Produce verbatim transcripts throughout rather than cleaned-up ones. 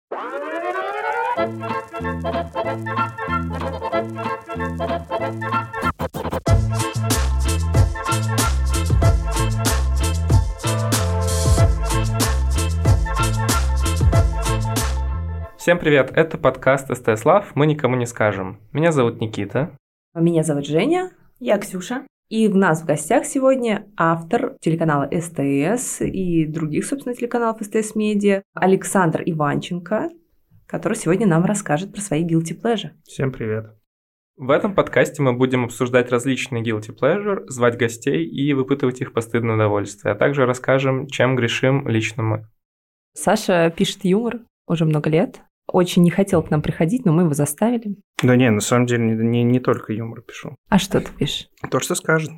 Всем привет, это подкаст СТС Love «Мы никому не скажем». Меня зовут Никита. Меня зовут Женя. Я Ксюша. И у нас в гостях сегодня автор телеканала СТС и других, собственно, телеканалов СТС Медиа Александр Иванченко, который сегодня нам расскажет про свои guilty pleasure. Всем привет. В этом подкасте мы будем обсуждать различные guilty pleasure, звать гостей и выпытывать их постыдное удовольствие, а также расскажем, чем грешим лично мы. Саша пишет юмор уже много лет. Очень не хотел к нам приходить, но мы его заставили. Да не, на самом деле не, не, не только юмор пишу. А что ты пишешь? То, что скажет.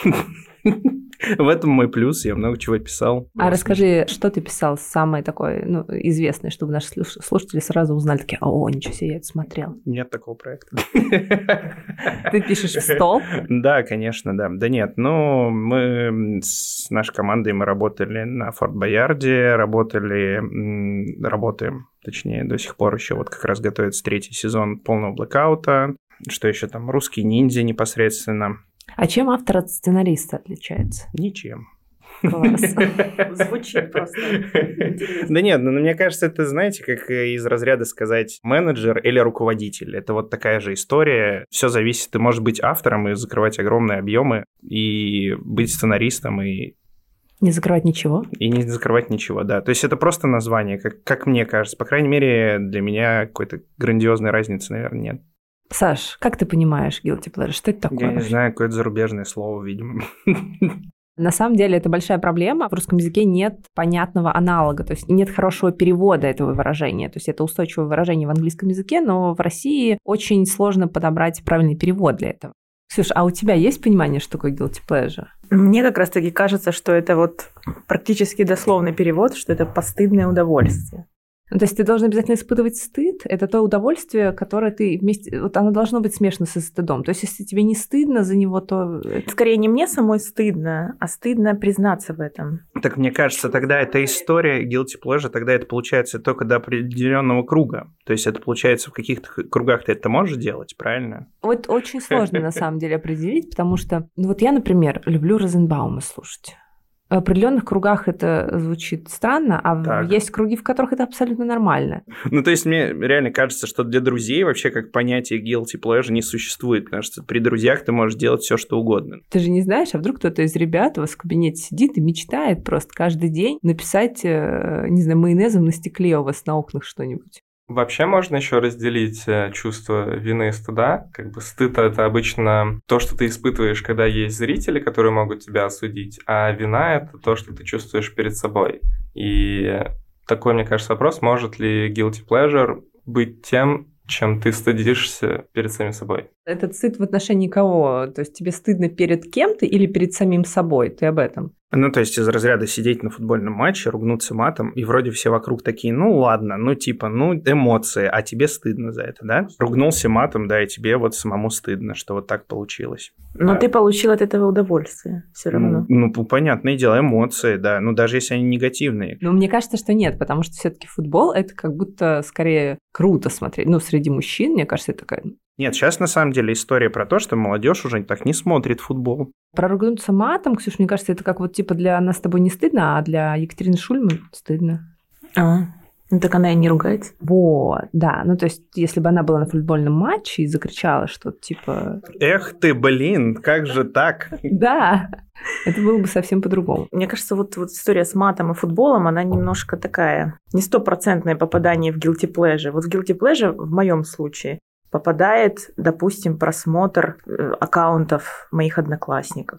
В этом мой плюс, я много чего писал. А расскажи, что ты писал самое такое, ну, известное, чтобы наши слушатели сразу узнали, такие, о, ничего себе, я это смотрел. Нет такого проекта. Ты пишешь в стол? Да, конечно, да. Да нет, ну, мы с нашей командой мы работали на Форт Боярде, работали, работаем, точнее, до сих пор еще вот как раз готовится третий сезон полного блэкаута. Что еще там, русский ниндзя непосредственно. А чем автор от сценариста отличается? Ничем. Класс. Звучит просто. Да нет, ну мне кажется, это, знаете, как из разряда сказать менеджер или руководитель. Это вот такая же история. Все зависит. Ты можешь быть автором и закрывать огромные объемы, и быть сценаристом, и... Не закрывать ничего? И не закрывать ничего, да. То есть это просто название, как, как мне кажется. По крайней мере, для меня какой-то грандиозной разницы, наверное, нет. Саш, как ты понимаешь guilty pleasure? Что это такое? Я не знаю, какое-то зарубежное слово, видимо. На самом деле это большая проблема. В русском языке нет понятного аналога, то есть нет хорошего перевода этого выражения. То есть это устойчивое выражение в английском языке, но в России очень сложно подобрать правильный перевод для этого. Ксюш, а у тебя есть понимание, что такое guilty pleasure? Мне как раз-таки кажется, что это вот практически дословный перевод, что это постыдное удовольствие. Ну, то есть ты должен обязательно испытывать стыд. Это то удовольствие, которое ты вместе... Вот оно должно быть смешано со стыдом. То есть если тебе не стыдно за него, то... Скорее, не мне самой стыдно, а стыдно признаться в этом. Так мне кажется, тогда эта история guilty pleasure, тогда это получается только до определенного круга. То есть это получается в каких-то кругах ты это можешь делать, правильно? Вот очень сложно на самом деле определить, потому что... Ну вот я, например, люблю Розенбаума слушать. В определенных кругах это звучит странно, а так. Есть круги, в которых это абсолютно нормально. Ну, то есть мне реально кажется, что для друзей вообще как понятие guilty pleasure не существует, потому что при друзьях ты можешь делать все, что угодно. Ты же не знаешь, а вдруг кто-то из ребят у вас в кабинете сидит и мечтает просто каждый день написать, не знаю, майонезом на стекле у вас на окнах что-нибудь. Вообще можно еще разделить чувство вины и стыда. Как бы стыд – это обычно то, что ты испытываешь, когда есть зрители, которые могут тебя осудить, а вина – это то, что ты чувствуешь перед собой. И такой, мне кажется, вопрос, может ли guilty pleasure быть тем, чем ты стыдишься перед самим собой. Этот стыд в отношении кого? То есть тебе стыдно перед кем-то или перед самим собой? Ты об этом? Ну, то есть из разряда сидеть на футбольном матче, ругнуться матом, и вроде все вокруг такие, ну ладно, ну типа, ну эмоции, а тебе стыдно за это, да? Ругнулся матом, да, и тебе вот самому стыдно, что вот так получилось. Но а... ты получил от этого удовольствие все равно. Ну, ну, понятное дело, эмоции, да, ну даже если они негативные. Ну, мне кажется, что нет, потому что все-таки футбол – это как будто скорее круто смотреть. Ну, среди мужчин, мне кажется, это такая... Нет, сейчас на самом деле история про то, что молодежь уже так не смотрит футбол. Про ругнуться матом, Ксюш, мне кажется, это как вот типа для нас с тобой не стыдно, а для Екатерины Шульман стыдно. А, ну так она и не ругается. Вот, да. Ну, то есть, если бы она была на футбольном матче и закричала что-то типа... Эх ты, блин, как же так? Да, это было бы совсем по-другому. Мне кажется, вот, вот история с матом и футболом, она немножко такая, не стопроцентное попадание в guilty pleasure. Вот в guilty pleasure в моем случае попадает, допустим, просмотр аккаунтов моих одноклассников.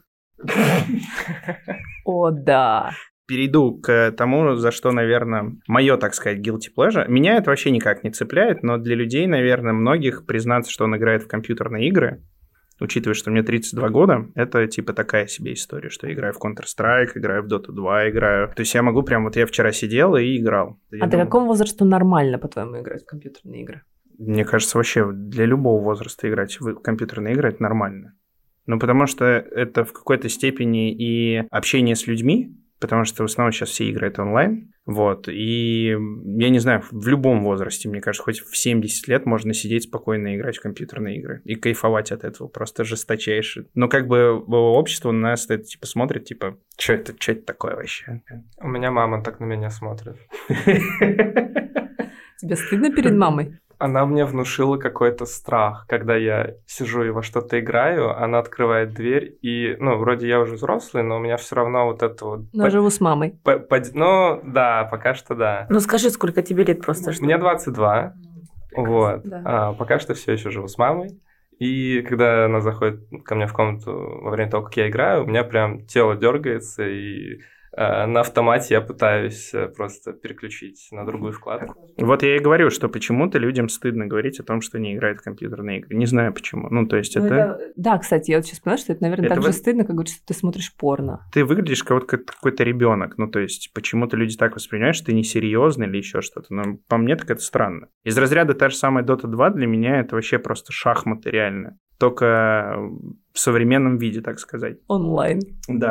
О, да. Перейду к тому, за что, наверное, мое, так сказать, guilty pleasure. Меня это вообще никак не цепляет, но для людей, наверное, многих признаться, что он играет в компьютерные игры, учитывая, что мне тридцать два года, это типа такая себе история, что я играю в Counter-Strike, играю в Dota два, играю. То есть я могу прям, вот я вчера сидел и играл. А до какому возрасту нормально, по-твоему, играть в компьютерные игры? Мне кажется, вообще для любого возраста играть в компьютерные игры – это нормально. Ну, потому что это в какой-то степени и общение с людьми, потому что в основном сейчас все игры это онлайн. Вот, и я не знаю, в любом возрасте, мне кажется, хоть в семьдесят лет можно сидеть спокойно и играть в компьютерные игры и кайфовать от этого, просто жесточайше. Но как бы общество на нас это типа смотрит, типа, что это, что это такое вообще? У меня мама так на меня смотрит. Тебе стыдно перед мамой? Она мне внушила какой-то страх, когда я сижу и во что-то играю, она открывает дверь, и, ну, вроде я уже взрослый, но у меня все равно вот это вот... Но по... живу с мамой. По... По... Ну, да, пока что да. Ну, скажи, сколько тебе лет просто? Что... Мне двадцать два, прекрасно, вот. Да. А, пока что все еще живу с мамой. И когда она заходит ко мне в комнату во время того, как я играю, у меня прям тело дергается, и на автомате я пытаюсь просто переключить на другую вкладку. Вот я и говорю, что почему-то людям стыдно говорить о том, что они играют в компьютерные игры. Не знаю почему. Ну, то есть ну, это... это... Да, кстати, я вот сейчас поняла, что это, наверное, это так вы... же стыдно, как говорить, что ты смотришь порно. Ты выглядишь как, вот, как какой-то ребенок. Ну, то есть почему-то люди так воспринимают, что ты несерьезный или еще что-то. Но по мне так это странно. Из разряда та же самая Дота два для меня это вообще просто шахматы реально. Только в современном виде, так сказать. Онлайн. Да.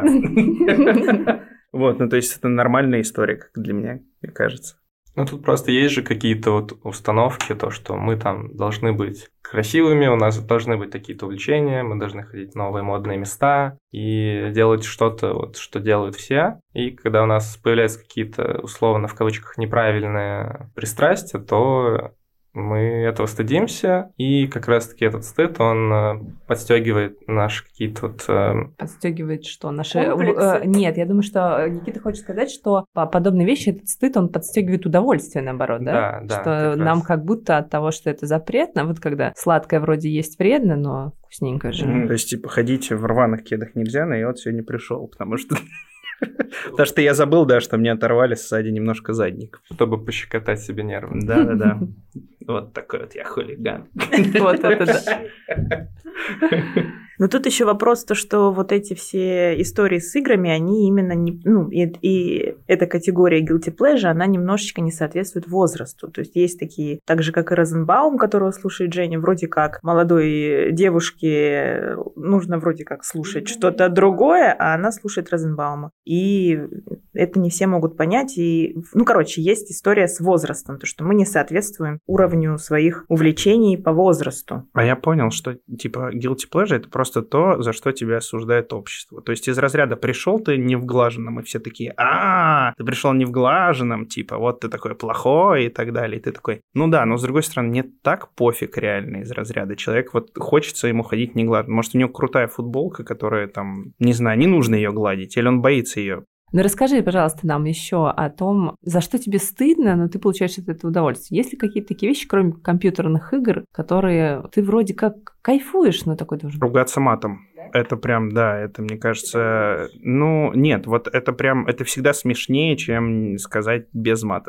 Вот, ну то есть это нормальная история, как для меня, мне кажется. Ну тут просто есть же какие-то вот установки, то, что мы там должны быть красивыми, у нас должны быть такие-то увлечения, мы должны ходить в новые модные места и делать что-то, вот, что делают все. И когда у нас появляются какие-то, условно, в кавычках, неправильные пристрастия, то мы этого стыдимся, и как раз-таки этот стыд, он подстегивает наши какие-то вот... Подстегивает что? Наши... Э, нет, я думаю, что Никита хочет сказать, что по подобной вещи этот стыд, он подстегивает удовольствие, наоборот, да? Да, да. Что как нам раз. Как будто от того, что это запретно, вот когда сладкое вроде есть вредно, но вкусненькое же. Mm, то есть, типа, ходить в рваных кедах нельзя, но я вот сегодня пришел, потому что... Потому что я забыл, да, что мне оторвали сзади немножко задник. Чтобы пощекотать себе нервы. Да-да-да. Вот такой вот я хулиган. Вот это да. Но тут еще вопрос, то, что вот эти все истории с играми, они именно не... Ну, и, и эта категория guilty pleasure, она немножечко не соответствует возрасту. То есть есть такие, так же, как и Розенбаум, которого слушает Женя, вроде как молодой девушке нужно вроде как слушать что-то другое, а она слушает Розенбаума. И это не все могут понять. И, ну, короче, есть история с возрастом, то, что мы не соответствуем уровню своих увлечений по возрасту. А я понял, что, типа, guilty pleasure — это просто просто то, за что тебя осуждает общество. То есть из разряда пришел ты не в глаженном, и все такие: а, ты пришел не в глаженном, типа, вот ты такой плохой и так далее. И ты такой, ну да, но с другой стороны, не так пофиг реально из разряда. Человек, вот хочется ему ходить не глаженным. Может, у него крутая футболка, которая там, не знаю, не нужно ее гладить, или он боится ее. Ну, расскажи, пожалуйста, нам еще о том, за что тебе стыдно, но ты получаешь от этого удовольствие. Есть ли какие-то такие вещи, кроме компьютерных игр, которые ты вроде как кайфуешь, но такой должен... Ругаться матом. Это прям, да, это, мне кажется... Ну, нет, вот это прям, это всегда смешнее, чем сказать без мата.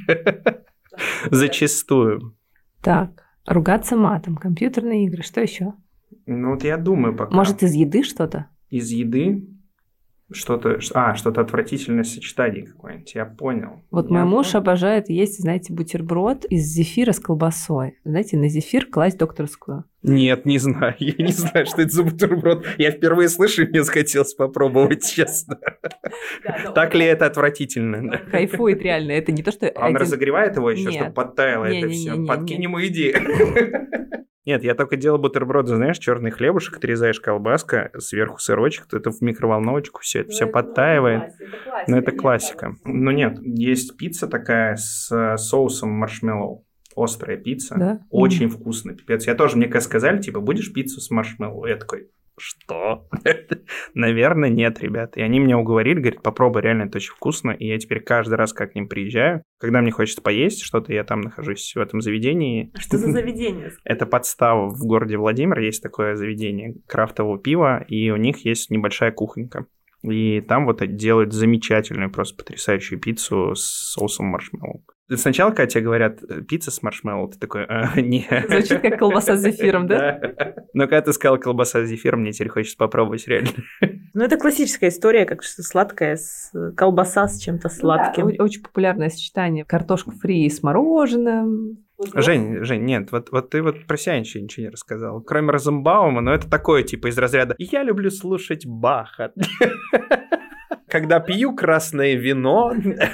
Зачастую. Так, ругаться матом, компьютерные игры, что еще? Ну, вот я думаю пока. Может, из еды что-то? Из еды? Что-то, а, что-то отвратительное сочетание какое-нибудь, я понял. Вот я мой муж понял. обожает есть, знаете, бутерброд из зефира с колбасой. Знаете, на зефир класть докторскую. Нет, не знаю, я не знаю, что это за бутерброд. Я впервые слышу, и мне захотелось попробовать, честно. Так ли это отвратительно? Кайфует реально, это не то, что... Он разогревает его еще, чтобы подтаяло это все? Подкинь ему идею. Нет, я только делал бутерброды, знаешь, черный хлебушек, отрезаешь колбаска, сверху сырочек, это в микроволновочку все, это все подтаивает. Ну, это классика. Но нет, есть пицца такая с соусом маршмеллоу. Острая пицца. Да? Очень mm. вкусно, пипец. Я тоже, мне как сказали, типа, будешь пиццу с маршмеллоу? Я такой, что? Наверное, нет, ребят. И они меня уговорили, говорят, попробуй, реально это очень вкусно. И я теперь каждый раз, как к ним приезжаю, когда мне хочется поесть что-то, я там нахожусь в этом заведении. Что за заведение? Это Подстава в городе Владимир. Есть такое заведение крафтового пива, и у них есть небольшая кухонька. И там вот делают замечательную, просто потрясающую пиццу с соусом маршмеллоу. Сначала, когда тебе говорят пицца с маршмеллоу, ты такой, а, нет. Звучит как колбаса с зефиром, да? Но когда ты сказал колбаса с зефиром, мне теперь хочется попробовать реально. Ну, это классическая история, как что сладкое, с... колбаса с чем-то сладким. Да, очень популярное сочетание. Картошка фри с мороженым. Жень, Жень, нет, вот, вот ты вот про себя ничего, ничего не рассказал. Кроме Розенбаума, но это такое, типа, из разряда «Я люблю слушать Баха». когда пью красное вино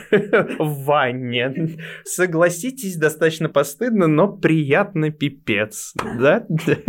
в ванне. Согласитесь, достаточно постыдно, но приятно пипец. Да?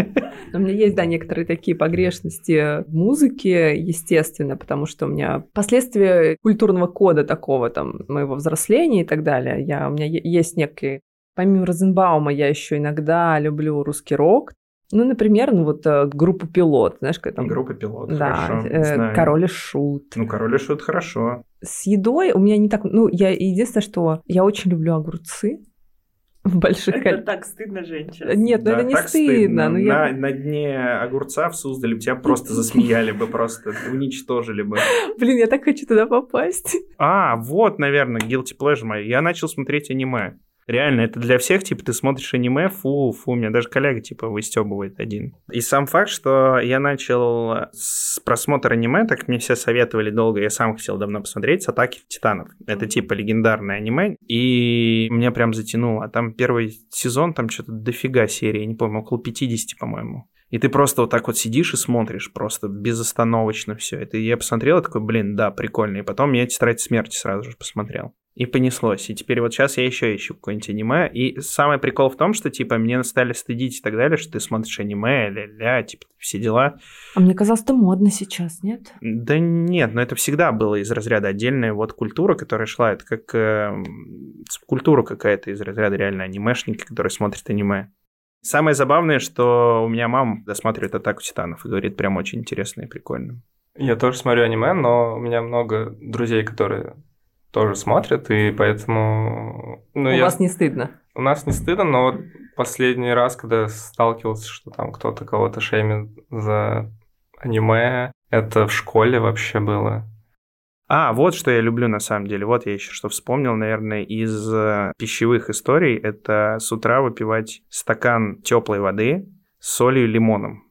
У меня есть, да, некоторые такие погрешности в музыке, естественно, потому что у меня последствия культурного кода такого, там, моего взросления и так далее. Я, у меня есть некие... Помимо Розенбаума я еще иногда люблю русский рок. Ну, например, ну вот группа «Пилот», знаешь, как там... Группа «Пилот», да, хорошо, э, «Король и Шут». Ну, «Король и Шут» хорошо. С едой у меня не так... Ну, я единственное, что я очень люблю огурцы в больших Это количествах. так стыдно, женщина. Нет, ну Да, это не так стыдно. Но на, я... на дне огурца в Суздале тебя просто засмеяли бы, просто уничтожили бы. Блин, я так хочу туда попасть. А, вот, наверное, guilty pleasure моя. Я начал смотреть аниме. Реально, это для всех, типа, ты смотришь аниме, фу, фу, у меня даже коллега, типа, выстебывает один. И сам факт, что я начал с просмотра аниме, так мне все советовали долго, я сам хотел давно посмотреть, с «Атаки титанов». Это, типа, легендарное аниме, и меня прям затянуло. А там первый сезон, там что-то дофига серии, не помню, около пятьдесят, по-моему. И ты просто вот так вот сидишь и смотришь, просто безостановочно все это. И я посмотрел, и такой, блин, да, прикольно. И потом я «Тетрадь смерти» сразу же посмотрел. И понеслось. И теперь вот сейчас я еще ищу какое-нибудь аниме. И самый прикол в том, что, типа, мне стали стыдить и так далее, что ты смотришь аниме, ля-ля, типа, все дела. А мне казалось, это модно сейчас, нет? Да нет, но это всегда было из разряда отдельная вот культура, которая шла. Это как э, субкультура какая-то из разряда реально анимешники, которые смотрят аниме. Самое забавное, что у меня мама досматривает «Атаку титанов» и говорит, прям очень интересно и прикольно. Я тоже смотрю аниме, но у меня много друзей, которые тоже смотрят, и поэтому... Ну, У я... вас не стыдно? У нас не стыдно, но вот последний раз, когда сталкивался, что там кто-то кого-то шеймит за аниме, это в школе вообще было. А, вот что я люблю на самом деле. Вот я еще что вспомнил, наверное, из пищевых историй. Это с утра выпивать стакан теплой воды с солью и лимоном.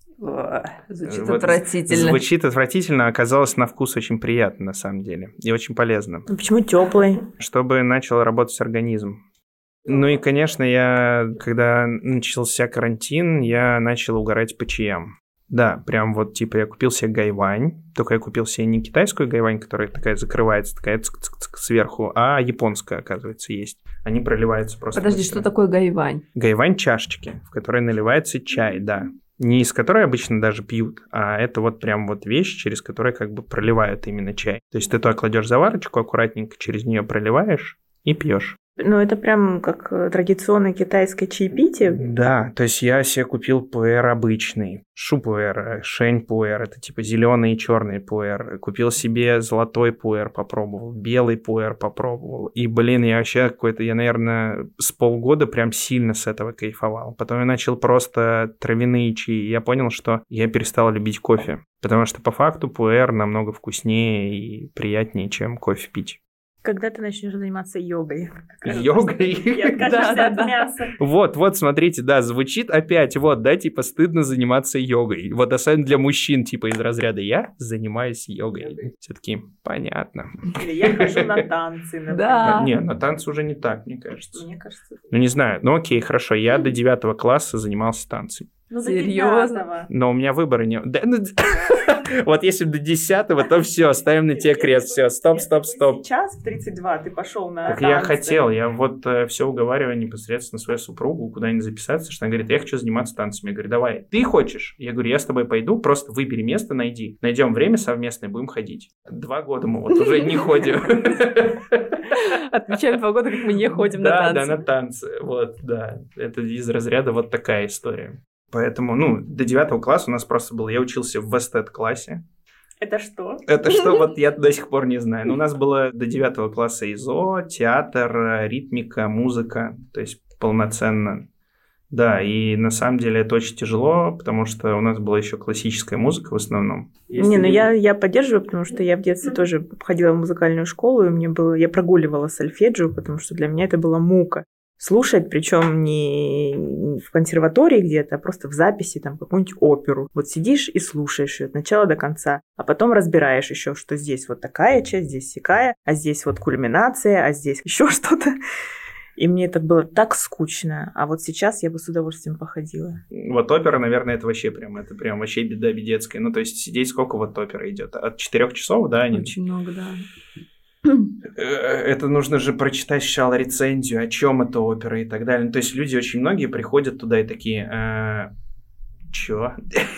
О, звучит Вот отвратительно. Звучит отвратительно, а оказалось на вкус очень приятно на самом деле. И очень полезно. А почему теплый? Чтобы начал работать организм. Ну и, конечно, я, когда начался карантин, я начал угорать по чаям. Да, прям вот, типа, я купил себе гайвань, только я купил себе не китайскую гайвань, которая такая закрывается, такая цк-цк-цк сверху, а японская, оказывается, есть. Они проливаются просто. Подожди, что такое гайвань? Гайвань чашечки, в которой наливается чай, да. Не из которой обычно даже пьют, а это вот прям вот вещь, через которую как бы проливают именно чай. То есть ты туда кладешь заварочку, аккуратненько через нее проливаешь и пьешь. Ну, это прям как традиционное китайское чаепитие. Да, то есть я себе купил пуэр обычный, шу-пуэр, шень-пуэр, это типа зеленый и черный пуэр. Купил себе золотой пуэр, попробовал, белый пуэр попробовал. И, блин, я вообще какой-то, я, наверное, с полгода прям сильно с этого кайфовал. Потом я начал просто травяные чаи, и я понял, что я перестал любить кофе. Потому что по факту пуэр намного вкуснее и приятнее, чем кофе пить. Когда ты начнешь заниматься йогой? Йогой? И откажешься от мяса. Вот, вот, смотрите, да, звучит опять, вот, да, типа, стыдно заниматься йогой. Вот, особенно для мужчин, типа, из разряда «я занимаюсь йогой». Все-таки понятно. Или я хожу на танцы, например. Да. Не, на танцы уже не так, мне кажется. Мне кажется. Ну, не знаю, ну окей, хорошо, я до девятого класса занимался танцами. Ну, до Серьезно? девятого. Но у меня выбора не... Да, ну, вот если до десятого, то все, ставим на тебе крест, все, стоп, стоп, стоп. Сейчас в тридцать два ты пошел на Так танцы. я хотел, я вот э, все уговариваю непосредственно свою супругу куда-нибудь записаться, что она говорит, я хочу заниматься танцами. Я говорю, давай, ты хочешь? Я говорю, я с тобой пойду, просто выбери место, найди. Найдем время совместное, будем ходить. Два года мы вот уже не ходим. Отмечаем два года, как мы не ходим на Да, танцы. да, на танцы, вот, да. Это из разряда вот такая история. Поэтому, ну, до девятого класса у нас просто было, я учился в эстет-классе. Это что? Это что, вот я до сих пор не знаю. Но у нас было до девятого класса ИЗО, театр, ритмика, музыка, то есть полноценно. Да, и на самом деле это очень тяжело, потому что у нас была еще классическая музыка в основном. Если не, ну я, я поддерживаю, потому что я в детстве тоже ходила в музыкальную школу, и мне было, я прогуливала сольфеджио, потому что для меня это была мука. Слушать, причем не в консерватории где-то, а просто в записи, там, какую-нибудь оперу. Вот сидишь и слушаешь ее от начала до конца, а потом разбираешь еще, что здесь вот такая часть, здесь сякая, а здесь вот кульминация, а здесь еще что-то. И мне это было так скучно. А вот сейчас я бы с удовольствием походила. Вот опера, наверное, это вообще прям, это прям вообще беда бедецкая. Ну, то есть сидеть сколько вот опера идет? От четырех часов, да? Они... Очень много, да. Это нужно же прочитать сначала рецензию, о чем эта опера и так далее. То есть люди очень многие приходят туда и такие, э, чё?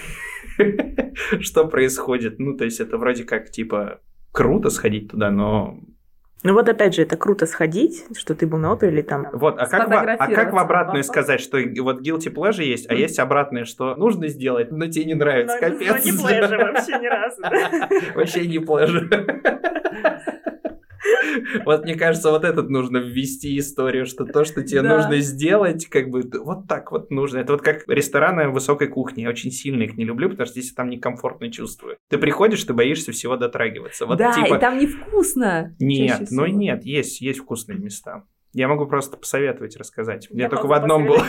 Что происходит? Ну, то есть это вроде как, типа, круто сходить туда, но... Ну вот опять же, это круто сходить, что ты был на опере или там... Вот, а как, в, а как в обратную сказать, что вот guilty pleasure есть, а есть обратное, что нужно сделать, но тебе не нравится, но, капец. Но не pleasure вообще ни разу. Вообще не pleasure. Вот мне кажется, вот этот нужно ввести историю, что то, что тебе да. нужно сделать, как бы вот так вот нужно. Это вот как рестораны высокой кухни. Я очень сильно их не люблю, потому что здесь там некомфортно чувствую. Ты приходишь, ты боишься всего дотрагиваться. Вот, да, типа... и там невкусно. Нет, ну нет, есть, есть вкусные места. Я могу просто посоветовать, рассказать. Я, я только в одном был.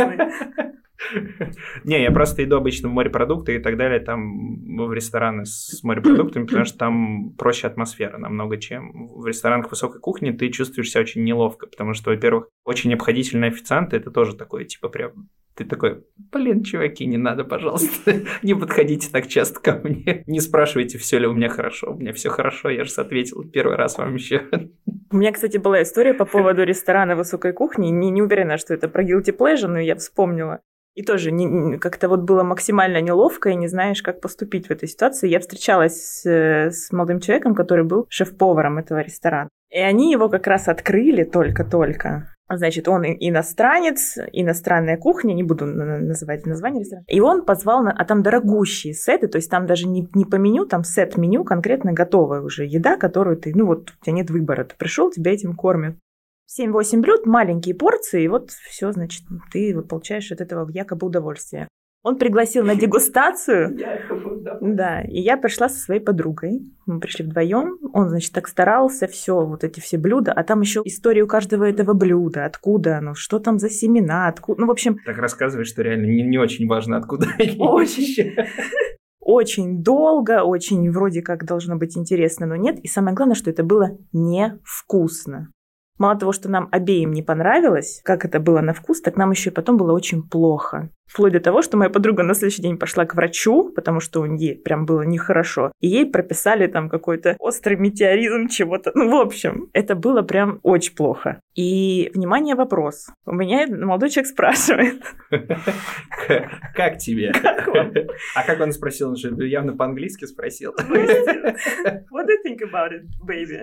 Не, я просто иду обычно в морепродукты и так далее, там в рестораны с морепродуктами, потому что там проще атмосфера намного, чем в ресторанах высокой кухни. Ты чувствуешь себя очень неловко, потому что, во-первых, очень обходительные официанты, это тоже такое, типа прям... Ты такой, блин, чуваки, не надо, пожалуйста, не подходите так часто ко мне, не спрашивайте, все ли у меня хорошо, у меня все хорошо, я же ответил первый раз вам еще. У меня, кстати, была история по поводу ресторана высокой кухни, не, не уверена, что это про guilty pleasure, но я вспомнила. И тоже не, как-то вот было максимально неловко, и не знаешь, как поступить в этой ситуации. Я встречалась с, с молодым человеком, который был шеф-поваром этого ресторана. И они его как раз открыли только-только. Значит, он иностранец, иностранная кухня, не буду называть название ресторана. И он позвал, на, а там дорогущие сеты, то есть там даже не, не по меню, там сет-меню, конкретно готовая уже еда, которую ты, ну вот у тебя нет выбора, ты пришел, тебя этим кормят. семь-восемь блюд, маленькие порции, и вот все, значит, ты получаешь от этого якобы удовольствие. Он пригласил на дегустацию. Да, и я пришла со своей подругой. Мы пришли вдвоем. Он, значит, так старался, все, вот эти все блюда. А там еще историю каждого этого блюда. Откуда оно, что там за семена, откуда. Ну, в общем... Так рассказывай, что реально не, не очень важно, откуда они. Очень. Очень долго, очень вроде как должно быть интересно, но нет. И самое главное, что это было невкусно. Мало того, что нам обеим не понравилось, как это было на вкус, так нам еще и потом было очень плохо. Вплоть до того, что моя подруга на следующий день пошла к врачу, потому что ей прям было нехорошо. И ей прописали там какой-то острый метеоризм чего-то. Ну, в общем, это было прям очень плохо. И, внимание, вопрос. У меня молодой человек спрашивает. Как тебе? А как он спросил? Он же явно по-английски спросил. What do you think about it,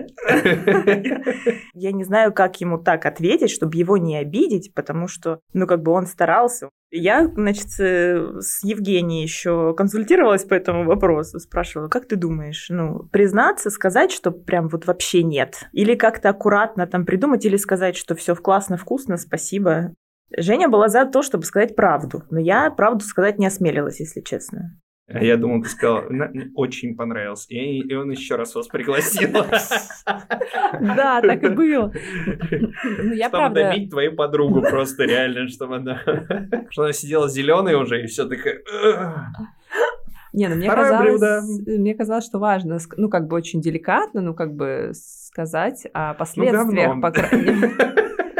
baby? Я не знаю, как ему так ответить, чтобы его не обидеть, потому что, ну, как бы он старался. Я, значит, с Евгенией еще консультировалась по этому вопросу, спрашивала, как ты думаешь, ну, признаться, сказать, что прям вот вообще нет? Или как-то аккуратно там придумать, или сказать, что все классно, вкусно, спасибо? Женя была за то, чтобы сказать правду, но я правду сказать не осмелилась, если честно. Я думал, ты сказал, очень понравился. И, и он еще раз вас пригласил. Да, так и было. Чтобы добить твою подругу просто реально, чтобы она... Что она сидела зеленой уже и все такая... Не, ну мне казалось, мне казалось, что важно, ну как бы очень деликатно, ну как бы сказать о последствиях, по крайней мере.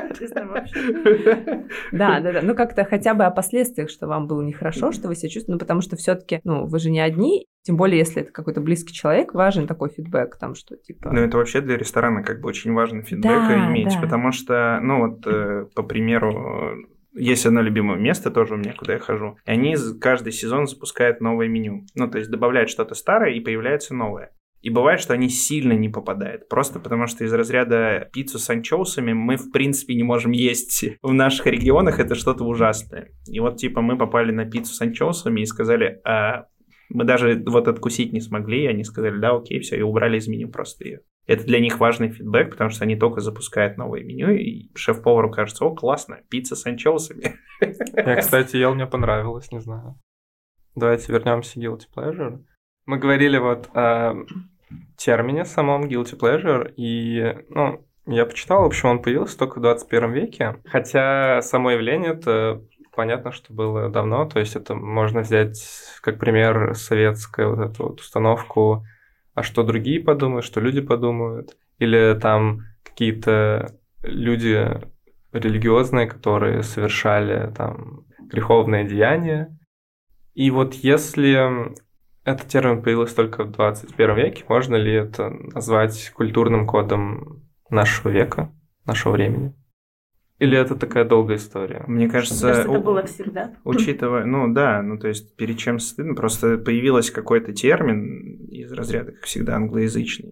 Да, да, да. Ну, как-то хотя бы о последствиях, что вам было нехорошо, что вы себя чувствуете. Ну, потому что все-таки, ну, вы же не одни, тем более, если это какой-то близкий человек, важен такой фидбэк, там, что типа... Ну, это вообще для ресторана как бы очень важно фидбэк да, иметь, да. Потому что, ну, вот, э, по примеру, есть одно любимое место тоже у меня, куда я хожу, и они каждый сезон запускают новое меню. Ну, то есть добавляют что-то старое, и появляется новое. И бывает, что они сильно не попадают. Просто потому, что из разряда пиццу с анчоусами мы, в принципе, не можем есть. В наших регионах это что-то ужасное. И вот, типа, мы попали на пиццу с анчоусами и сказали, а, мы даже вот откусить не смогли. И они сказали, да, окей, все, и убрали из меню просто ее. Это для них важный фидбэк, потому что они только запускают новое меню, и шеф-повару кажется, о, классно, пицца с анчоусами. Я, кстати, ел, мне понравилось, не знаю. Давайте вернемся к guilty pleasure. Мы говорили вот о термине самом guilty pleasure, и, ну, я почитал, в общем, он появился только в двадцать первом веке, хотя само явление это понятно, что было давно, то есть это можно взять как пример советскую вот эту вот установку, а что другие подумают, что люди подумают, или там какие-то люди религиозные, которые совершали там греховные деяния. И вот если этот термин появился только в двадцать первом веке, можно ли это назвать культурным кодом нашего века, нашего времени? Или это такая долгая история? Мне кажется, Мне кажется, это у- было всегда. учитывая, ну да, ну то есть перед чем стыдно, просто появился какой-то термин из разряда, как всегда, англоязычный,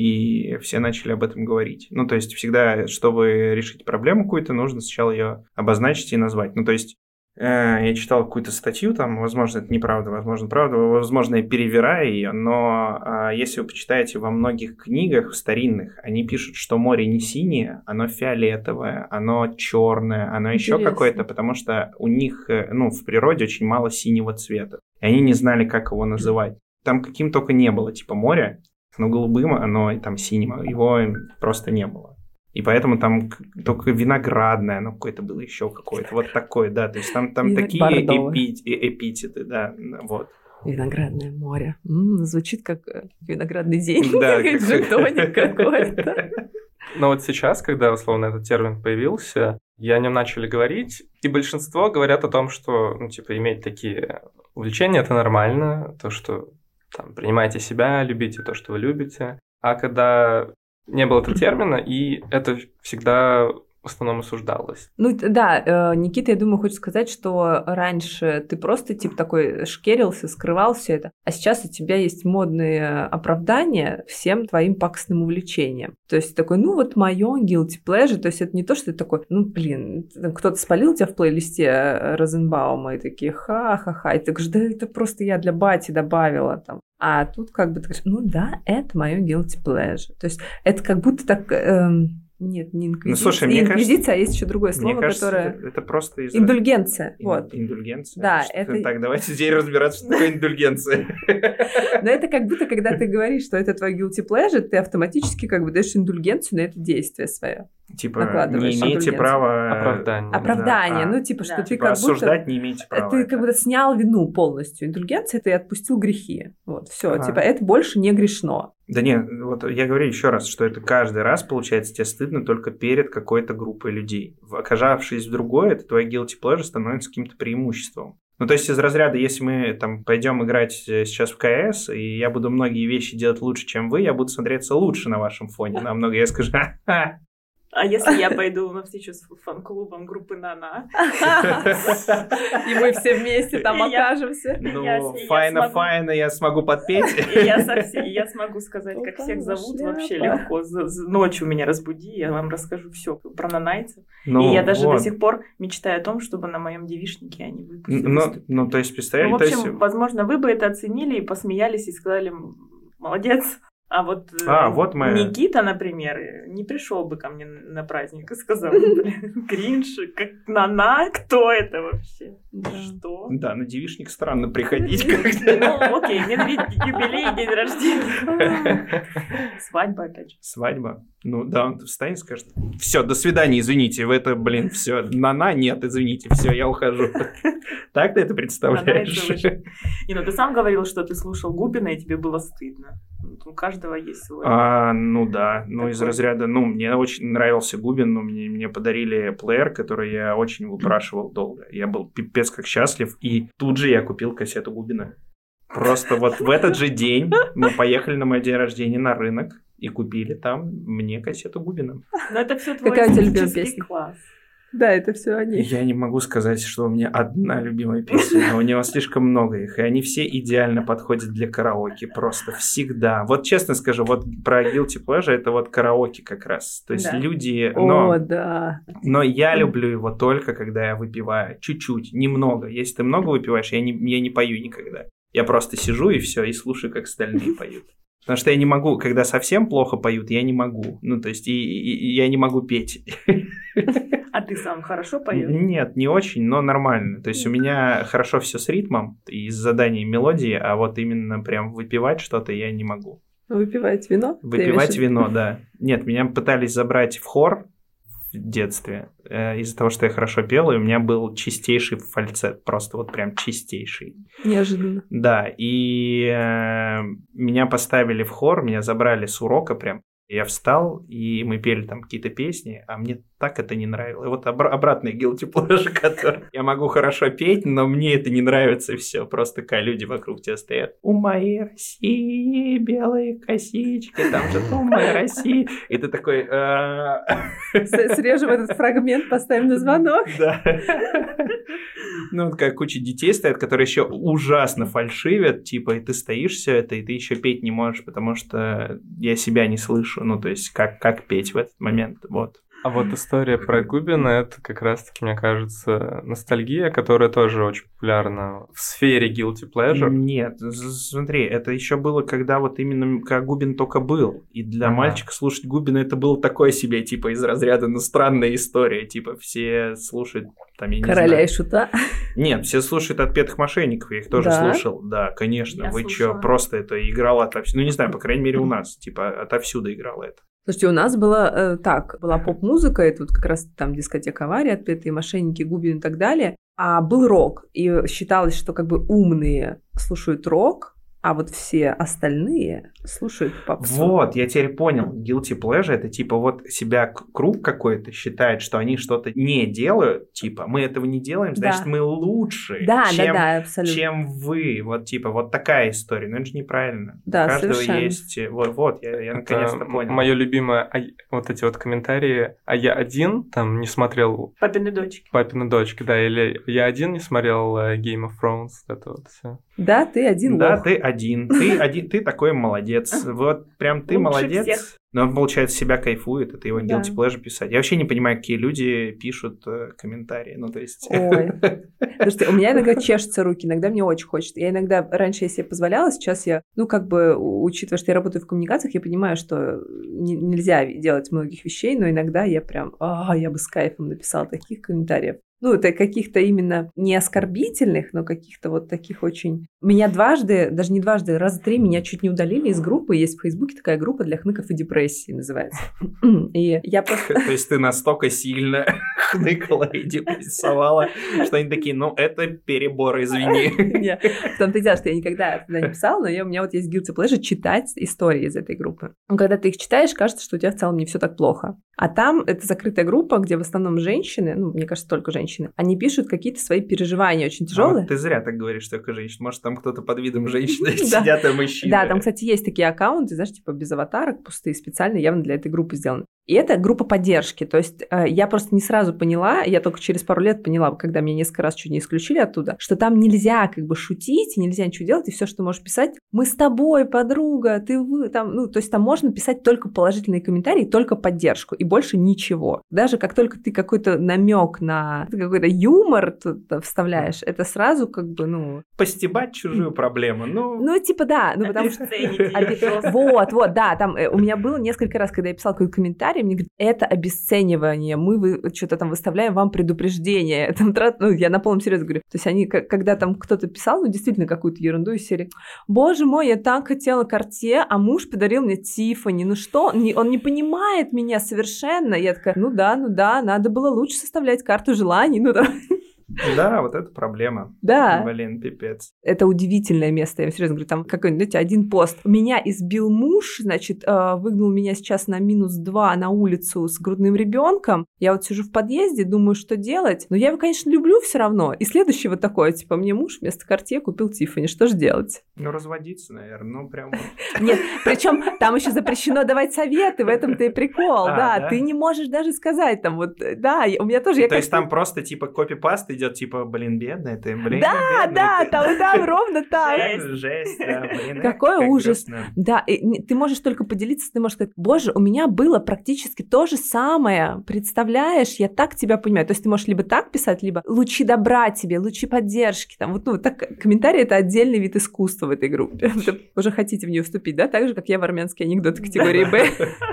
и все начали об этом говорить. Ну то есть всегда, чтобы решить проблему какую-то, нужно сначала ее обозначить и назвать. Ну то есть э, я читал какую-то статью, там, возможно, это неправда, возможно, правда, возможно, я перевираю ее, но э, если вы почитаете во многих книгах старинных, они пишут, что море не синее, оно фиолетовое, оно черное, оно еще Интересно. какое-то, потому что у них, э, ну, в природе очень мало синего цвета, и они не знали, как его называть. Там каким только не было, типа море, но голубым оно и там синим, его просто не было. И поэтому там к- только виноградное, оно какое-то было еще какое-то, вот такое, да, то есть там, там Вино- такие бордовое. эпи- э- эпитеты, да, вот. Виноградное море. М, звучит как э, виноградный день. Да, Как как- жетоник какой-то. Но вот сейчас, когда, условно, этот термин появился, и о нем начали говорить, и большинство говорят о том, что, ну, типа, иметь такие увлечения – это нормально, то, что там, принимайте себя, любите то, что вы любите. А когда не было этого термина, и это всегда в основном осуждалось. Ну т- да, э, Никита, я думаю, хочет сказать, что раньше ты просто типа такой шкерился, скрывал все это, а сейчас у тебя есть модные оправдания всем твоим пакостным увлечениям. То есть такой, ну вот мое guilty pleasure, то есть это не то, что ты такой, ну блин, там кто-то спалил тебя в плейлисте э, Розенбаума и такие ха-ха-ха, и ты говоришь, да это просто я для бати добавила там. А тут как бы ты говоришь, ну да, это мое guilty pleasure. То есть это как будто так... эм, Нет, не инквизиция. Ну, слушай, не мне инквизиция, кажется- а есть еще другое Мне слово, кажется, которое... это, это просто из... Индульгенция. Ин- Вот. Индульгенция? Да, Что- это- Так, давайте теперь разбираться, что такое индульгенция. Но это как будто, когда ты говоришь, что это твой guilty pleasure, ты автоматически как бы даешь индульгенцию на это действие свое. Типа, Накладываешь не имеете индульгенцию. права... Оправдание. Да, Оправдание. а, Ну, типа, что да. ты типа, как будто... осуждать не имеете права. Ты это. как будто снял вину полностью. Индульгенция — ты отпустил грехи. Вот, все. Ага. Типа, это больше не грешно. Да нет, вот я говорю еще раз, что это каждый раз, получается, тебе стыдно только перед какой-то группой людей. В- Оказавшись в другой, это твой guilty pleasure становится каким-то преимуществом. Ну, то есть из разряда, если мы там пойдем играть э, сейчас в КС, и я буду многие вещи делать лучше, чем вы, я буду смотреться лучше на вашем фоне намного. Я скажу, ха-ха. А если я пойду на встречу с фан-клубом группы Нана? И мы все вместе там И я- окажемся. Ну, Я с- я файна-файна, смогу- я смогу подпеть. И я, совсем, и я смогу сказать, как всех Упала зовут шляпа. вообще легко. За- за- Ночью меня разбуди, я вам расскажу все про нанайцев. Ну, и я даже вот. до сих пор мечтаю о том, чтобы на моем девичнике они выпустили. Ну, ну, то есть, представляете, Ну, в то общем, есть... возможно, вы бы это оценили и посмеялись и сказали, «М, молодец. А вот, э, А, вот моя- Никита, например, не пришел бы ко мне на праздник и сказал, блин, кринж, как Нана, кто это вообще? Да. Что? Да, на девичник странно приходить Ну, как-то. окей, мне ведь юбилей, день рождения. Свадьба, опять же. Свадьба. Ну да, он встанет и скажет, все, до свидания, извините, вы это, блин, все, на-на, нет, извините, все, я ухожу. Так ты это представляешь? Нана, это Не, ну ты сам говорил, что ты слушал Губина, и тебе было стыдно. Вот У каждого есть свой. А, ну да, ну из Такой. разряда, ну мне очень нравился Губин, но мне, мне подарили плеер, который я очень выпрашивал долго. Я был пипец как счастлив, и тут же я купил кассету Губина. Просто вот в этот же день мы поехали на мой день рождения на рынок и купили там мне кассету Губина. Но это все твой Какая у тебя любимая эстетический песня? класс. Да, это все они. Я не могу сказать, что у меня одна любимая песня, но у него слишком много их, и они все идеально подходят для караоке, просто всегда. Вот честно скажу, вот про Guilty Pleasure это вот караоке как раз. То есть Да. люди... О, Но, да. но я люблю его только, когда я выпиваю. Чуть-чуть, немного. Если ты много выпиваешь, я не, я не пою никогда. Я просто сижу и все, и слушаю, как остальные поют. Потому что я не могу, когда совсем плохо поют, я не могу. Ну, то есть, и, и- и я не могу петь. А ты сам хорошо поешь? Нет, не очень, но нормально. То есть у меня хорошо все с ритмом и с заданием мелодии, а вот именно прям выпивать что-то я не могу. Выпивать вино? Ты Выпивать имеешь в виду? вино, да. Нет, меня пытались забрать в хор в детстве э, из-за того, что я хорошо пел, и у меня был чистейший фальцет, просто вот прям чистейший. Неожиданно. Да, и э, меня поставили в хор, меня забрали с урока прям. Я встал, и мы пели там какие-то песни, а мне так это не нравилось. Вот обра- обратный guilty pleasure, который я могу хорошо петь, но мне это не нравится, и все. Просто когда люди вокруг тебя стоят. У моей России белые косички, там же у моей России. И ты такой... Срежем этот фрагмент, поставим на звонок. Да. Ну, такая куча детей стоят, которые еще ужасно фальшивят, типа, и ты стоишь все это, и ты еще петь не можешь, потому что я себя не слышу. Ну, то есть, как, как петь в этот момент, вот. А вот история про Губина, это как раз-таки, мне кажется, ностальгия, которая тоже очень популярна в сфере guilty pleasure. Нет, смотри, это еще было, когда вот именно как Губин только был. И для ага. мальчика слушать Губина это было такое себе, типа, из разряда, ну, странная история. Типа, все слушают, там, я не Короля знаю. и Шута? Нет, все слушают «Отпетых мошенников», я их тоже да? слушал. Да, конечно. Я Вы что, просто это играло отовсюду. Ну, не знаю, по крайней мере, у нас. Типа, отовсюду играло это. Слушайте, у нас было э, так, была поп-музыка, это вот как раз там дискотека «Авария», «Отпетые мошенники», «Губин» и так далее, а был рок, и считалось, что как бы умные слушают рок, а вот все остальные слушают попсу. Вот, я теперь понял. Guilty pleasure — это типа вот себя круг какой-то считает, что они что-то не делают, типа мы этого не делаем, значит да. мы лучше, да, чем, да, да, абсолютно. чем вы. Вот типа вот такая история. Но это же неправильно. Да, У каждого совершенно. есть... Вот, вот я, я наконец-то понял. Мое любимое, а, вот эти вот комментарии, а я один там не смотрел... Папины дочки. Папины дочки, да, или я один не смотрел Game of Thrones, это вот все. Да, ты один Да, лох. ты один. Ты один, ты такой молодец. Вот прям ты Лучше молодец. всех. Но он, получается, себя кайфует, это его Да. guilty pleasure писать. Я вообще не понимаю, какие люди пишут э, комментарии. Ну, то есть... Ой. Слушайте, у меня иногда чешутся руки, иногда мне очень хочется. Я иногда, раньше я себе позволяла, сейчас я, ну, как бы, учитывая, что я работаю в коммуникациях, я понимаю, что не, нельзя делать многих вещей, но иногда я прям, а, я бы с кайфом написала таких комментариев. Ну, это каких-то именно не оскорбительных, но каких-то вот таких очень... Меня дважды, даже не дважды, раза три меня чуть не удалили из группы. Есть в Фейсбуке такая группа для хныков и депрессии называется. И я просто... То есть ты настолько сильно хныкала и депрессовала, что они такие, ну, это перебор, извини. Нет, в том-то и дело, что я никогда туда не писала, но у меня вот есть guilty pleasure читать истории из этой группы. Когда ты их читаешь, кажется, что у тебя в целом не все так плохо. А там это закрытая группа, где в основном женщины, ну, мне кажется, только женщины, они пишут какие-то свои переживания очень тяжелые. А вот ты зря так говоришь, только женщин. Может, там кто-то под видом женщины сидят, а мужчины. Да, там, кстати, есть такие аккаунты, знаешь, типа без аватарок, пустые, специально явно для этой группы сделаны. И это группа поддержки, то есть э, я просто не сразу поняла, я только через пару лет поняла, когда меня несколько раз чуть не исключили оттуда, что там нельзя как бы шутить, и нельзя ничего делать, и все, что можешь писать, мы с тобой, подруга, ты вы, там, ну, то есть там можно писать только положительные комментарии, только поддержку, и больше ничего. Даже как только ты какой-то намек на какой-то юмор тут вставляешь, это сразу как бы, ну... Постебать чужую проблему, ну... Ну, типа, да, ну, потому что... Вот, вот, да, там у меня было несколько раз, когда я писала какой-то комментарий, мне говорят, это обесценивание, мы вы, что-то там выставляем вам предупреждение. Там, ну, я на полном серьезе говорю. То есть они, когда там кто-то писал, ну, действительно, какую-то ерунду из серии, боже мой, я так хотела Cartier, а муж подарил мне Tiffany. Ну что, он не, он не понимает меня совершенно. Я такая, ну да, ну да, надо было лучше составлять карту желаний. Ну да. Да, вот это проблема. Да. Блин, пипец. Это удивительное место, я вам серьезно говорю, там какой-нибудь, знаете, один пост. Меня избил муж, значит, выгнал меня сейчас на минус два на улицу с грудным ребенком. Я вот сижу в подъезде, думаю, что делать. Но я его, конечно, люблю все равно. И следующее вот такое, типа, мне муж вместо Cartier купил Tiffany. Что же делать? Ну, разводиться, наверное, ну, прям... Нет, причем там еще запрещено давать советы, в этом-то и прикол, да. Ты не можешь даже сказать там вот, да, у меня тоже... То есть там просто, типа, копипаст идет, типа, блин, бедная ты, блин, да, да, там и там ровно так. Жесть, да, блин. Какой ужас. Да, ты можешь только поделиться, ты можешь сказать, боже, у меня было практически то же самое, представляешь, я так тебя понимаю. То есть ты можешь либо так писать, либо лучи добра тебе, лучи поддержки. Там, вот, ну, так, комментарий — это отдельный вид искусства в этой группе. Вы уже хотите в нее вступить, да? Так же, как я в армянские анекдоты категории Б.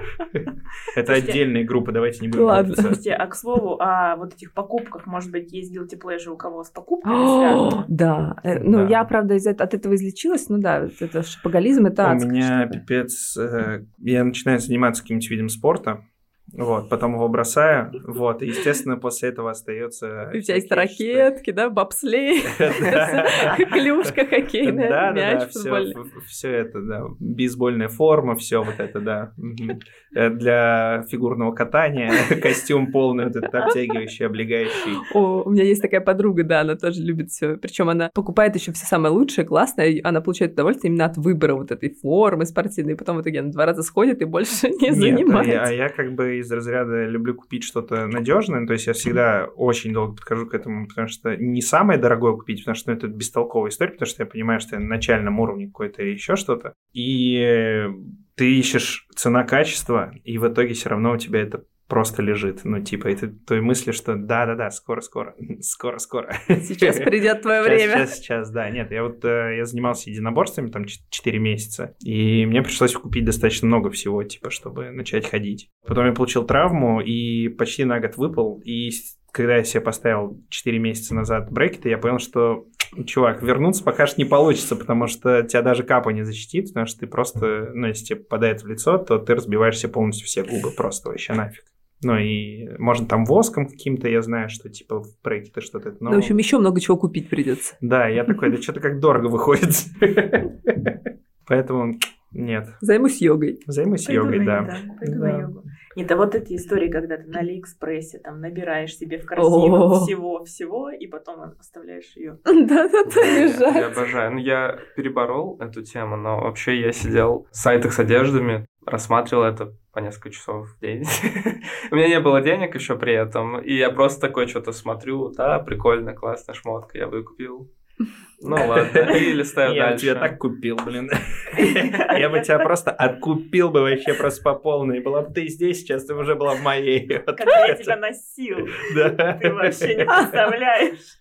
Это отдельная группа, давайте не будем. Ладно. Слушайте, а к слову, о вот этих покупках, может быть, есть guilty pleasure у кого с покупками? Да. Ну, я, правда, от этого излечилась, ну да, это шопоголизм, это адская штука. У меня штука. пипец, я начинаю заниматься каким-нибудь видом спорта, Вот, потом его бросаю, вот, и, естественно, после этого остается... У тебя есть ракетки, да, бобслей, клюшка хоккейная, мяч футбольный. Все это, да, бейсбольная форма, все вот это, да. Для фигурного катания костюм полный, вот этот обтягивающий, облегающий. О, у меня есть такая подруга, да, она тоже любит все. Причем она покупает еще все самое лучшее, классное, и она получает удовольствие именно от выбора вот этой формы спортивной, и потом в итоге она два раза сходит и больше не Нет, занимается. А я как бы из разряда люблю купить что-то надежное, то есть я всегда очень долго подхожу к этому, потому что не самое дорогое купить, потому что ну, это бестолковая история, потому что я понимаю, что я на начальном уровне какой-то или еще что-то, и ты ищешь цена-качество, и в итоге все равно у тебя это просто лежит. Ну, типа, и ты той мысли, что да-да-да, скоро-скоро, скоро-скоро. Сейчас придет твое время. Сейчас, сейчас, да. Нет, я вот э, я занимался единоборствами там четыре месяца, и мне пришлось купить достаточно много всего, типа, чтобы начать ходить. Потом я получил травму, и почти на год выпал, и когда я себе поставил четыре месяца назад брекеты, я понял, что, чувак, вернуться пока что не получится, потому что тебя даже капа не защитит, потому что ты просто, ну, если тебе попадает в лицо, то ты разбиваешь себе полностью все губы просто вообще нафиг. Ну и можно там воском каким-то, я знаю, что типа в брекеты что-то. Но... Ну, в общем, еще много чего купить придется. Да, я такой, да что-то как дорого выходит. Поэтому нет. Займусь йогой. Займусь йогой, да. Пойду на йогу. Нет, а вот эти истории, когда ты на Алиэкспрессе там набираешь себе в корзину всего-всего, и потом оставляешь ее. Да-да-да, лежать. Я обожаю. Ну, я переборол эту тему, но вообще я сидел в сайтах с одеждами, рассматривал это по несколько часов в день. У меня не было денег еще при этом, и я просто такой что-то смотрю, да, прикольно, классная шмотка, я бы ее купил. Ну ладно, и листаю я дальше. Я тебя так купил, блин. Я бы тебя просто откупил бы вообще просто по полной. Была бы ты здесь сейчас, ты уже была в моей. Как я тебя носил. Да. Ты вообще не представляешь.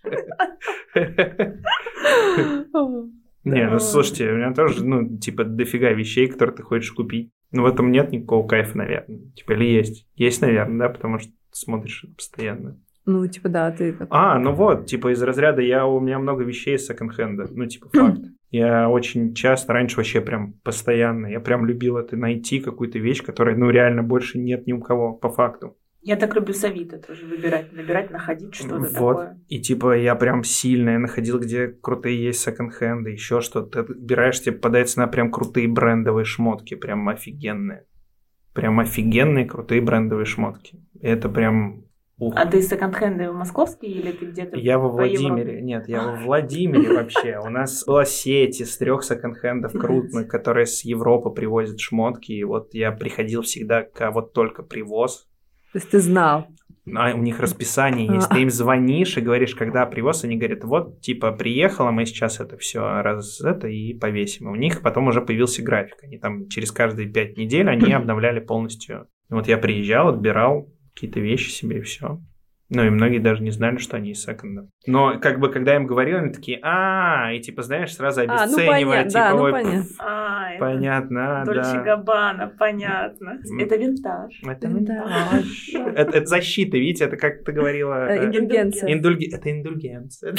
Не, ну слушайте, у меня тоже, ну, типа, дофига вещей, которые ты хочешь купить. Но в этом нет никакого кайфа, наверное. Типа, или есть? Есть, наверное, да, потому что ты смотришь это постоянно. Ну, типа, да, ты... А, ну вот, типа, из разряда я, у меня много вещей из секонд-хенда. Ну, типа, факт. Я очень часто, раньше вообще прям постоянно, я прям любил это найти, какую-то вещь, которая, ну, реально больше нет ни у кого, по факту. Я так люблю с Авито тоже выбирать, набирать, находить что-то вот. такое. И типа я прям сильно, я находил, где крутые есть секонд-хенды, еще что-то. Ты выбираешь, тебе попадается на прям крутые брендовые шмотки, прям офигенные. Прям офигенные крутые брендовые шмотки. Это прям... Ух. А ты секонд-хенды московские или ты где-то Я во Владимире. Европе? Нет, я во Владимире вообще. У нас была сеть из трех секонд-хендов крупных, которые с Европы привозят шмотки. И вот я приходил всегда, когда вот только привоз. То есть ты знал? А у них расписание есть. Ты им звонишь и говоришь, когда привоз, они говорят, вот, типа, приехало, мы сейчас это все раз это и повесим. И у них потом уже появился график. Они там через каждые пять недель они обновляли полностью. И вот я приезжал, отбирал какие-то вещи себе и все. Ну, и многие даже не знали, что они из секонда. Но, как бы, когда я им говорил, они такие, а, и, типа, знаешь, сразу обесценивая, а, ну, типа, да, ну, ой, понятно. пф, а, понятно, Дольче да. Габбана, понятно. Это винтаж. Это винтаж. Это, это защита, видите, это как ты говорила... Индульгенция. Индульги... Это индульгенция.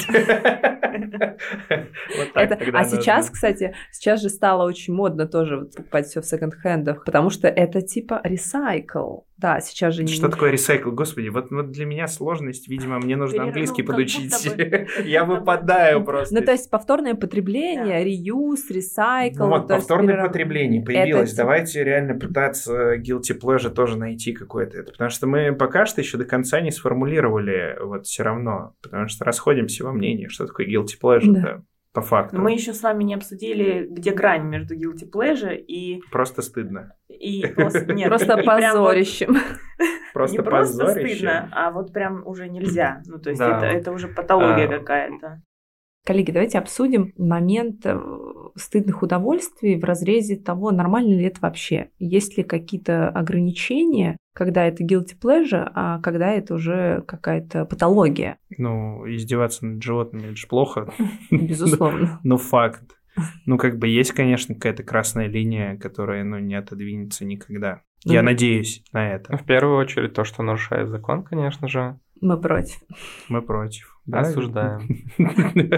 А сейчас, кстати, сейчас же стало очень модно тоже покупать все в секонд-хендах, потому что это типа ресайкл. Да, сейчас же... Что такое ресайкл? Господи, вот для меня сложность, видимо, мне нужно английский подучить. Я выпадаю просто. Ну, то есть повторное потребление, реюз, ресайкл. Вот, повторное потребление появилось. Давайте реально пытаться guilty pleasure тоже найти какое-то это. Потому что мы пока что еще до конца не сформулировали вот все равно. Потому что расходимся во мнении, что такое guilty pleasure. По факту. Мы еще с вами не обсудили, где грань между guilty pleasure и... Просто стыдно. И просто, нет, просто и позорищем. Просто не просто позорищем. стыдно, а вот прям уже нельзя. Ну, то есть да. это, это уже патология а... какая-то. Коллеги, давайте обсудим момент стыдных удовольствий в разрезе того, нормально ли это вообще. Есть ли какие-то ограничения, когда это guilty pleasure, а когда это уже какая-то патология? Ну, издеваться над животными, это же плохо. Безусловно. Ну, факт. Ну, как бы есть, конечно, какая-то красная линия, которая, ну, не отодвинется никогда. Я надеюсь на это. В первую очередь то, что нарушает закон, конечно же. Мы против. Мы против. Осуждаем.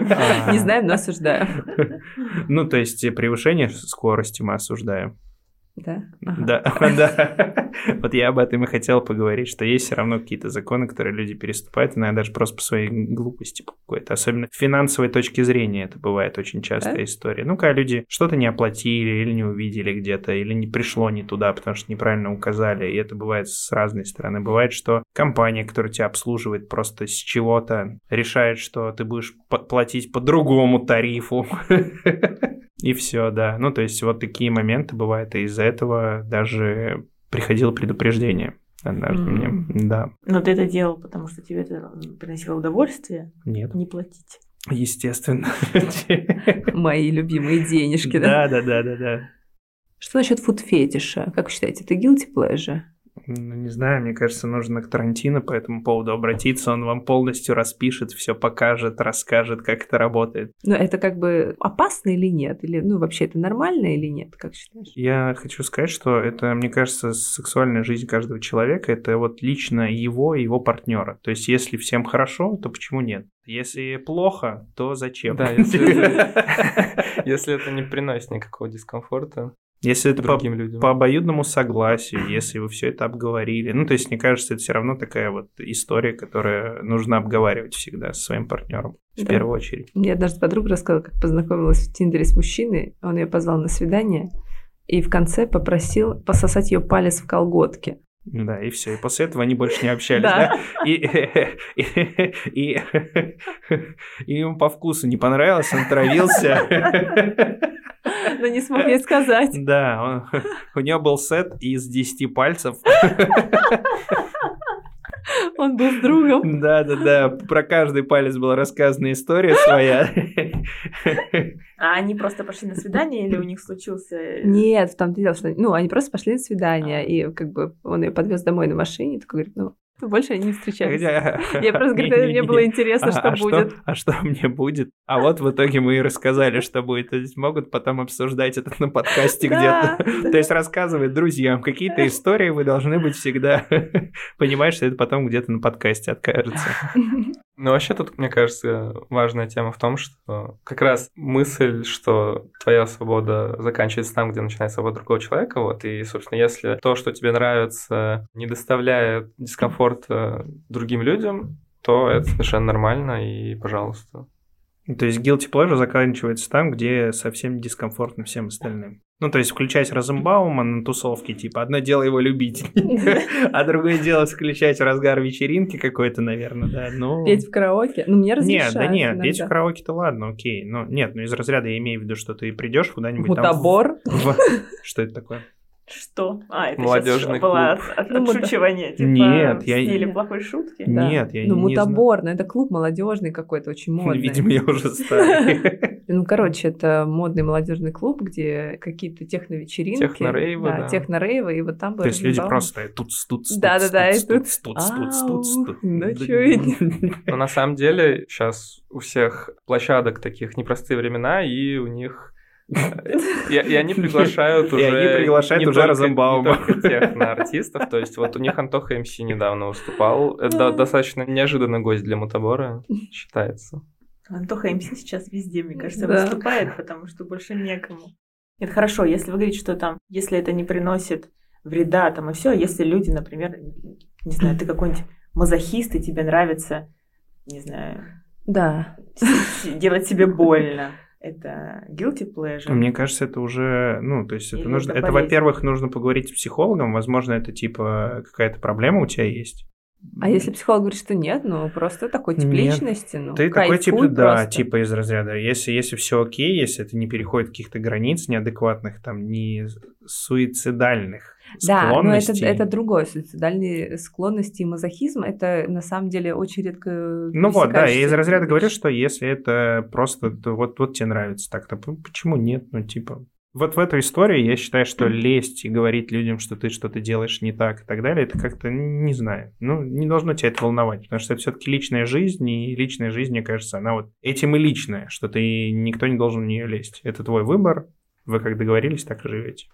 Не знаем, но осуждаем. Ну, то есть превышение скорости мы осуждаем. Да? Да, да. Вот я об этом и хотел поговорить, что есть все равно какие-то законы, которые люди переступают, иногда даже просто по своей глупости какой-то. Особенно с финансовой точки зрения это бывает очень частая Да? история. Ну, когда люди что-то не оплатили или не увидели где-то, или не пришло не туда, потому что неправильно указали, и это бывает с разной стороны. Бывает, что компания, которая тебя обслуживает, просто с чего-то решает, что ты будешь платить по другому тарифу. И все, да. Ну, то есть вот такие моменты бывают, и из-за этого даже приходило предупреждение. Однажды Mm. мне, да. Но ты это делал, потому что тебе это приносило удовольствие? Нет. Не платить. Естественно. Мои любимые денежки, да? Да, да, да, да, да. Что насчет фуд-фетиша? Как вы считаете, это guilty pleasure? Ну, не знаю, мне кажется, нужно к Тарантино по этому поводу обратиться, он вам полностью распишет, все покажет, расскажет, как это работает. Ну, это как бы опасно или нет? Или, ну, вообще это нормально или нет, как считаешь? Я хочу сказать, что это, мне кажется, сексуальная жизнь каждого человека, это вот лично его и его партнера. То есть, если всем хорошо, то почему нет? Если плохо, то зачем? Да, если это не приносит никакого дискомфорта. Если это по, людям. по обоюдному согласию, если вы все это обговорили. Ну, то есть, мне кажется, это все равно такая вот история, которую нужно обговаривать всегда со своим партнером в Да. первую очередь. Мне однажды подруга рассказала, как познакомилась в Тиндере с мужчиной, он ее позвал на свидание и в конце попросил пососать ее палец в колготке. Да, и все. И после этого они больше не общались, Да. да? И, и, и, и ему по вкусу не понравилось, он травился. Но не смог ей сказать. Да, он, у него был сет из десяти пальцев. Он был с другом. Да-да-да, про каждый палец была рассказана история своя. А они просто пошли на свидание или у них случился... Нет, в том-то и дело, что... Ну, они просто пошли на свидание, и как бы он ее подвез домой на машине, такой говорит, ну, больше они не встречались. Я просто говорю, мне было интересно, что будет. А что мне будет? А вот в итоге мы и рассказали, что будет. То есть могут потом обсуждать это на подкасте где-то. То есть рассказывать друзьям какие-то истории, вы должны быть всегда понимать, что это потом где-то на подкасте откажется. Ну, вообще тут, мне кажется, важная тема в том, что как раз мысль, что твоя свобода заканчивается там, где начинается свобода другого человека, вот, и, собственно, если то, что тебе нравится, не доставляет дискомфорта другим людям, то это совершенно нормально, и пожалуйста. То есть guilty pleasure заканчивается там, где совсем дискомфортно всем остальным. Ну, то есть включать Розенбаума на тусовке, типа, одно дело его любить, а другое дело включать в разгар вечеринки какой-то, наверное, да, ну... Петь в караоке? Ну, мне разрешают. Нет, да нет, иногда. петь в караоке-то ладно, окей, но нет, ну из разряда я имею в виду, что ты придешь куда-нибудь Мутабор? там... в- Что это такое? Что? А, это Молодежный сейчас было клуб. от- Ну, отшучивание, типа, Нет, в я- стиле Нет. плохой шутки? Да. Нет, я Ну, не мутабор, ну, это клуб молодежный какой-то, очень модный. Видимо, я уже старый. Ну, короче, это модный молодежный клуб, где какие-то техно-вечеринки. Техно-рейвы, да. техно-рейвы, и вот там был То есть люди Розенбаум. просто стоят тут, тут, тут, Да-да-да, и тут- тут, тут, тут, Ну, чё это? Но на самом деле сейчас у всех площадок таких непростые времена, и у них... И, и они приглашают И уже... они приглашают не уже только- Розенбаума. Не только техно-артистов, то есть вот у них Антоха МС недавно выступал. Это достаточно неожиданный гость для Мутабора, считается. Антоха МС сейчас везде, мне кажется, Да. выступает, потому что больше некому. Нет, хорошо, если вы говорите, что там, если это не приносит вреда, там и все, если люди, например, не знаю, ты какой-нибудь мазохист, и тебе нравится, не знаю, Да. с- с- делать себе больно, это guilty pleasure? Мне кажется, это уже, ну, то есть это Или нужно, это это, болезнь? во-первых, нужно поговорить с психологом, возможно, это типа какая-то проблема у тебя есть. А если психолог говорит, что нет, ну, просто такой тип Нет. личности, ну, Ты такой типа, кайфуй да, просто. типа из разряда, если, если все окей, если это не переходит каких-то границ неадекватных, там, не суицидальных Да, но это, склонностей. это другое. Суицидальные склонности и мазохизм, это на самом деле очень редко Ну вот, да, я из пересекающиеся разряда говорю, вещи. что если это просто, то вот, вот тебе нравится так, то п- почему нет, ну типа... Вот в эту историю я считаю, что лезть и говорить людям, что ты что-то делаешь не так и так далее, это как-то, не знаю, ну, не должно тебя это волновать, потому что это все-таки личная жизнь, и личная жизнь, мне кажется, она вот этим и личная, что ты, никто не должен в нее лезть. Это твой выбор, вы как договорились, так и живете.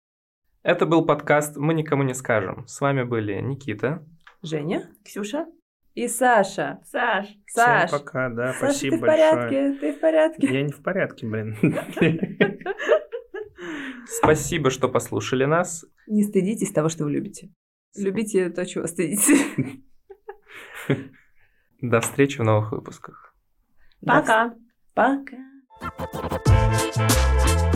Это был подкаст «Мы никому не скажем». С вами были Никита. Женя Ксюша? и Саша. Саш? Саш, Всем пока, да, Саша, спасибо ты в большое. порядке? Ты в порядке? Я не в порядке, блин. Спасибо, что послушали нас. Не стыдитесь того, что вы любите. Любите то, чего стыдитесь. До встречи в новых выпусках. Пока. Пока.